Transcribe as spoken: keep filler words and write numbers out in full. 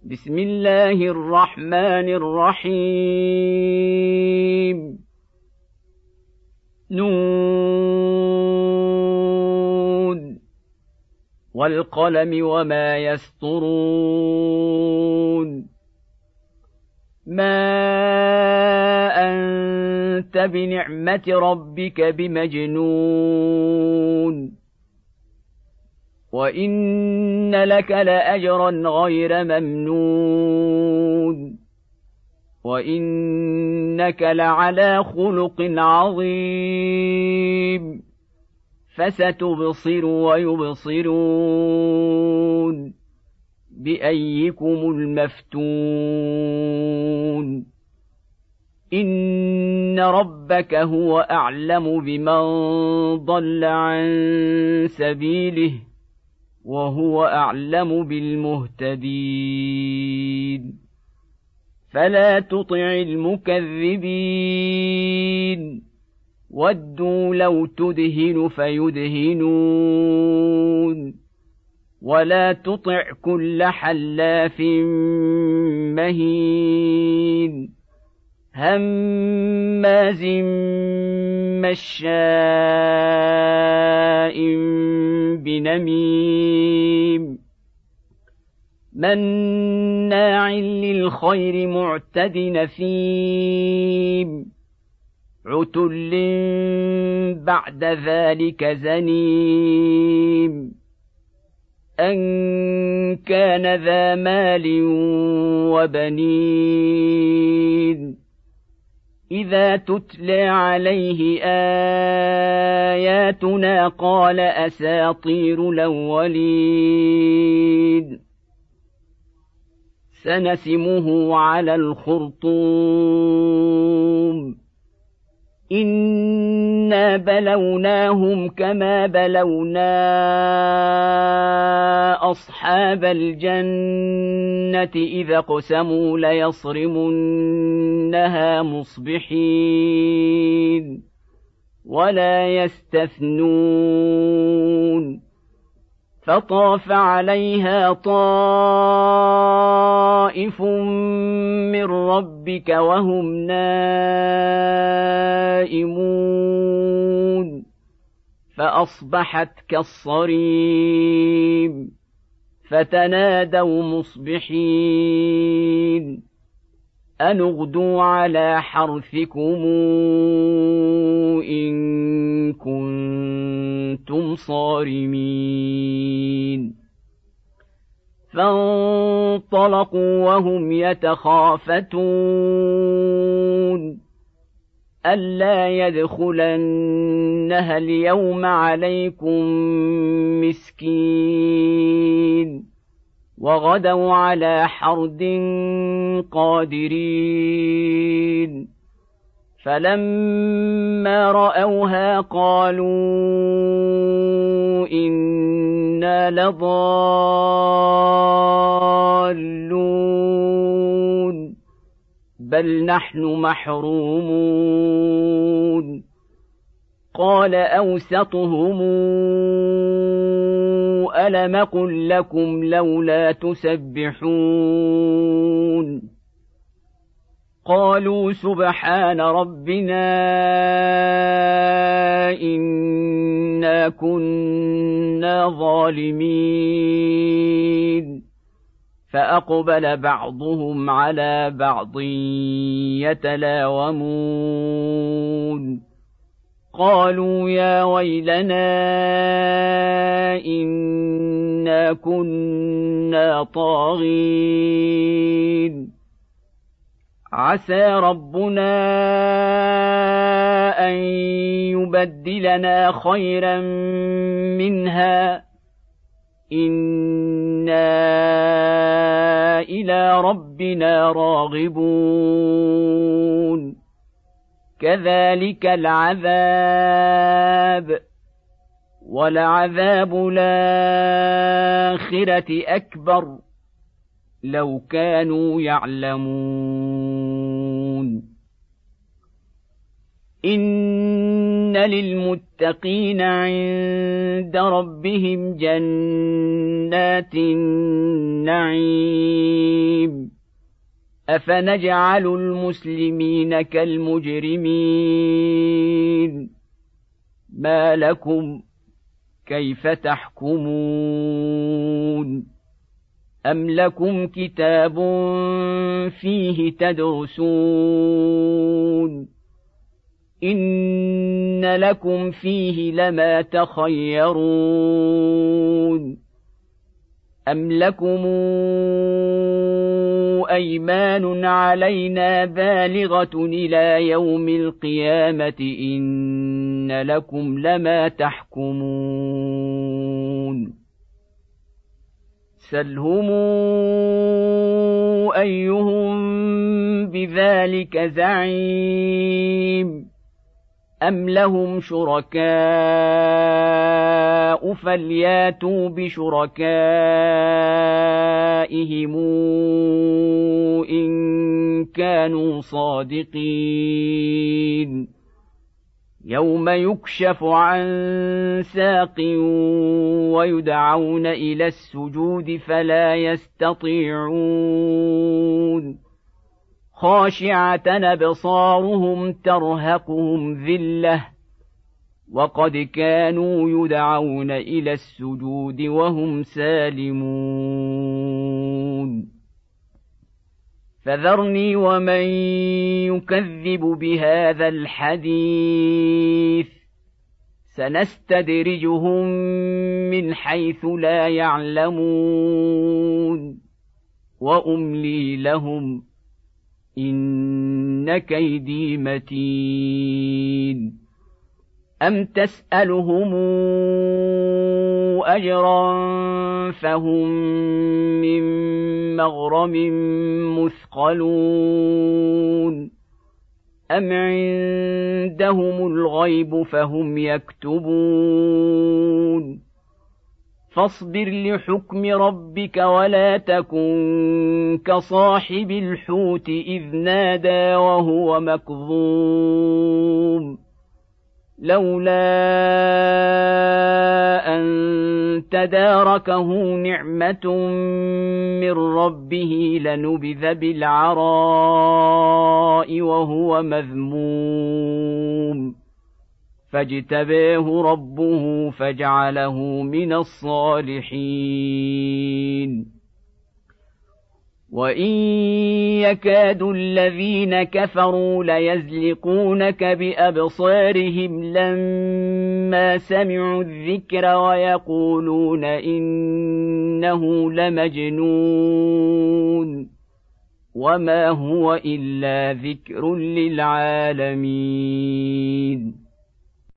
بسم الله الرحمن الرحيم نون والقلم وما يسطرون ما أنت بنعمة ربك بمجنون وإن لك لأجرا غير ممنون وإنك لعلى خلق عظيم فستبصر ويبصرون بأيكم المفتون إن ربك هو أعلم بمن ضل عن سبيله وهو أعلم بالمهتدين فلا تطع المكذبين ودوا لو تدهن فيدهنون ولا تطع كل حلاف مهين هماز مشاء بنميم مناع للخير معتد نثيم عتل بعد ذلك زنيم أن كان ذا مال وبنين إذا تتلى عليه آياتنا قال أساطير الأولين سنسمه على الخرطوم إنا بلوناهم كما بلونا أصحاب الجنة إذا اقسموا ليصرمنها مصبحين ولا يستثنون فطاف عليها طائف من ربك وهم نائمون فأصبحت كالصريم فتنادوا مصبحين أن اغدوا على حرثكم إن كنتم صارمين فانطلقوا وهم يتخافتون ألا يدخلنها اليوم عليكم مسكين وغدوا على حرد قادرين فلما رأوها قالوا إنا لضالون بل نحن محرومون قال أوسطهم ألم قل لكم لولا تسبحون قالوا سبحان ربنا إنا كنا ظالمين فأقبل بعضهم على بعض يتلاومون قالوا يا ويلنا إنا كنا طاغين عسى ربنا أن يبدلنا خيرا منها إنا إلى ربنا راغبون كذلك العذاب ولعذاب الآخرة أكبر لو كانوا يعلمون إن للمتقين عند ربهم جنات النعيم أفنجعل المسلمين كالمجرمين ما لكم كيف تحكمون أم لكم كتاب فيه تدرسون إن لكم فيه لما تخيرون أم لكم أيمان علينا بالغة إلى يوم القيامة إن لكم لما تحكمون سلهم أيهم بذلك زعيم أم لهم شركاء فلياتوا بشركائهم إن كانوا صادقين يوم يكشف عن ساق ويدعون إلى السجود فلا يستطيعون خاشعة أبصارهم ترهقهم ذلة وقد كانوا يدعون إلى السجود وهم سالمون فذرني ومن يكذب بهذا الحديث سنستدرجهم من حيث لا يعلمون وأملي لهم إن كيدي متين أم تسألهم أجرا فهم من مغرم مثقلون أم عندهم الغيب فهم يكتبون فاصبر لحكم ربك ولا تكن كصاحب الحوت إذ نادى وهو مكظوم لولا أن تداركه نعمة من ربه لنبذ بالعراء وهو مذموم فاجتباه ربه فجعله من الصالحين وإن يكاد الذين كفروا ليزلقونك بأبصارهم لما سمعوا الذكر ويقولون إنه لمجنون وما هو إلا ذكر للعالمين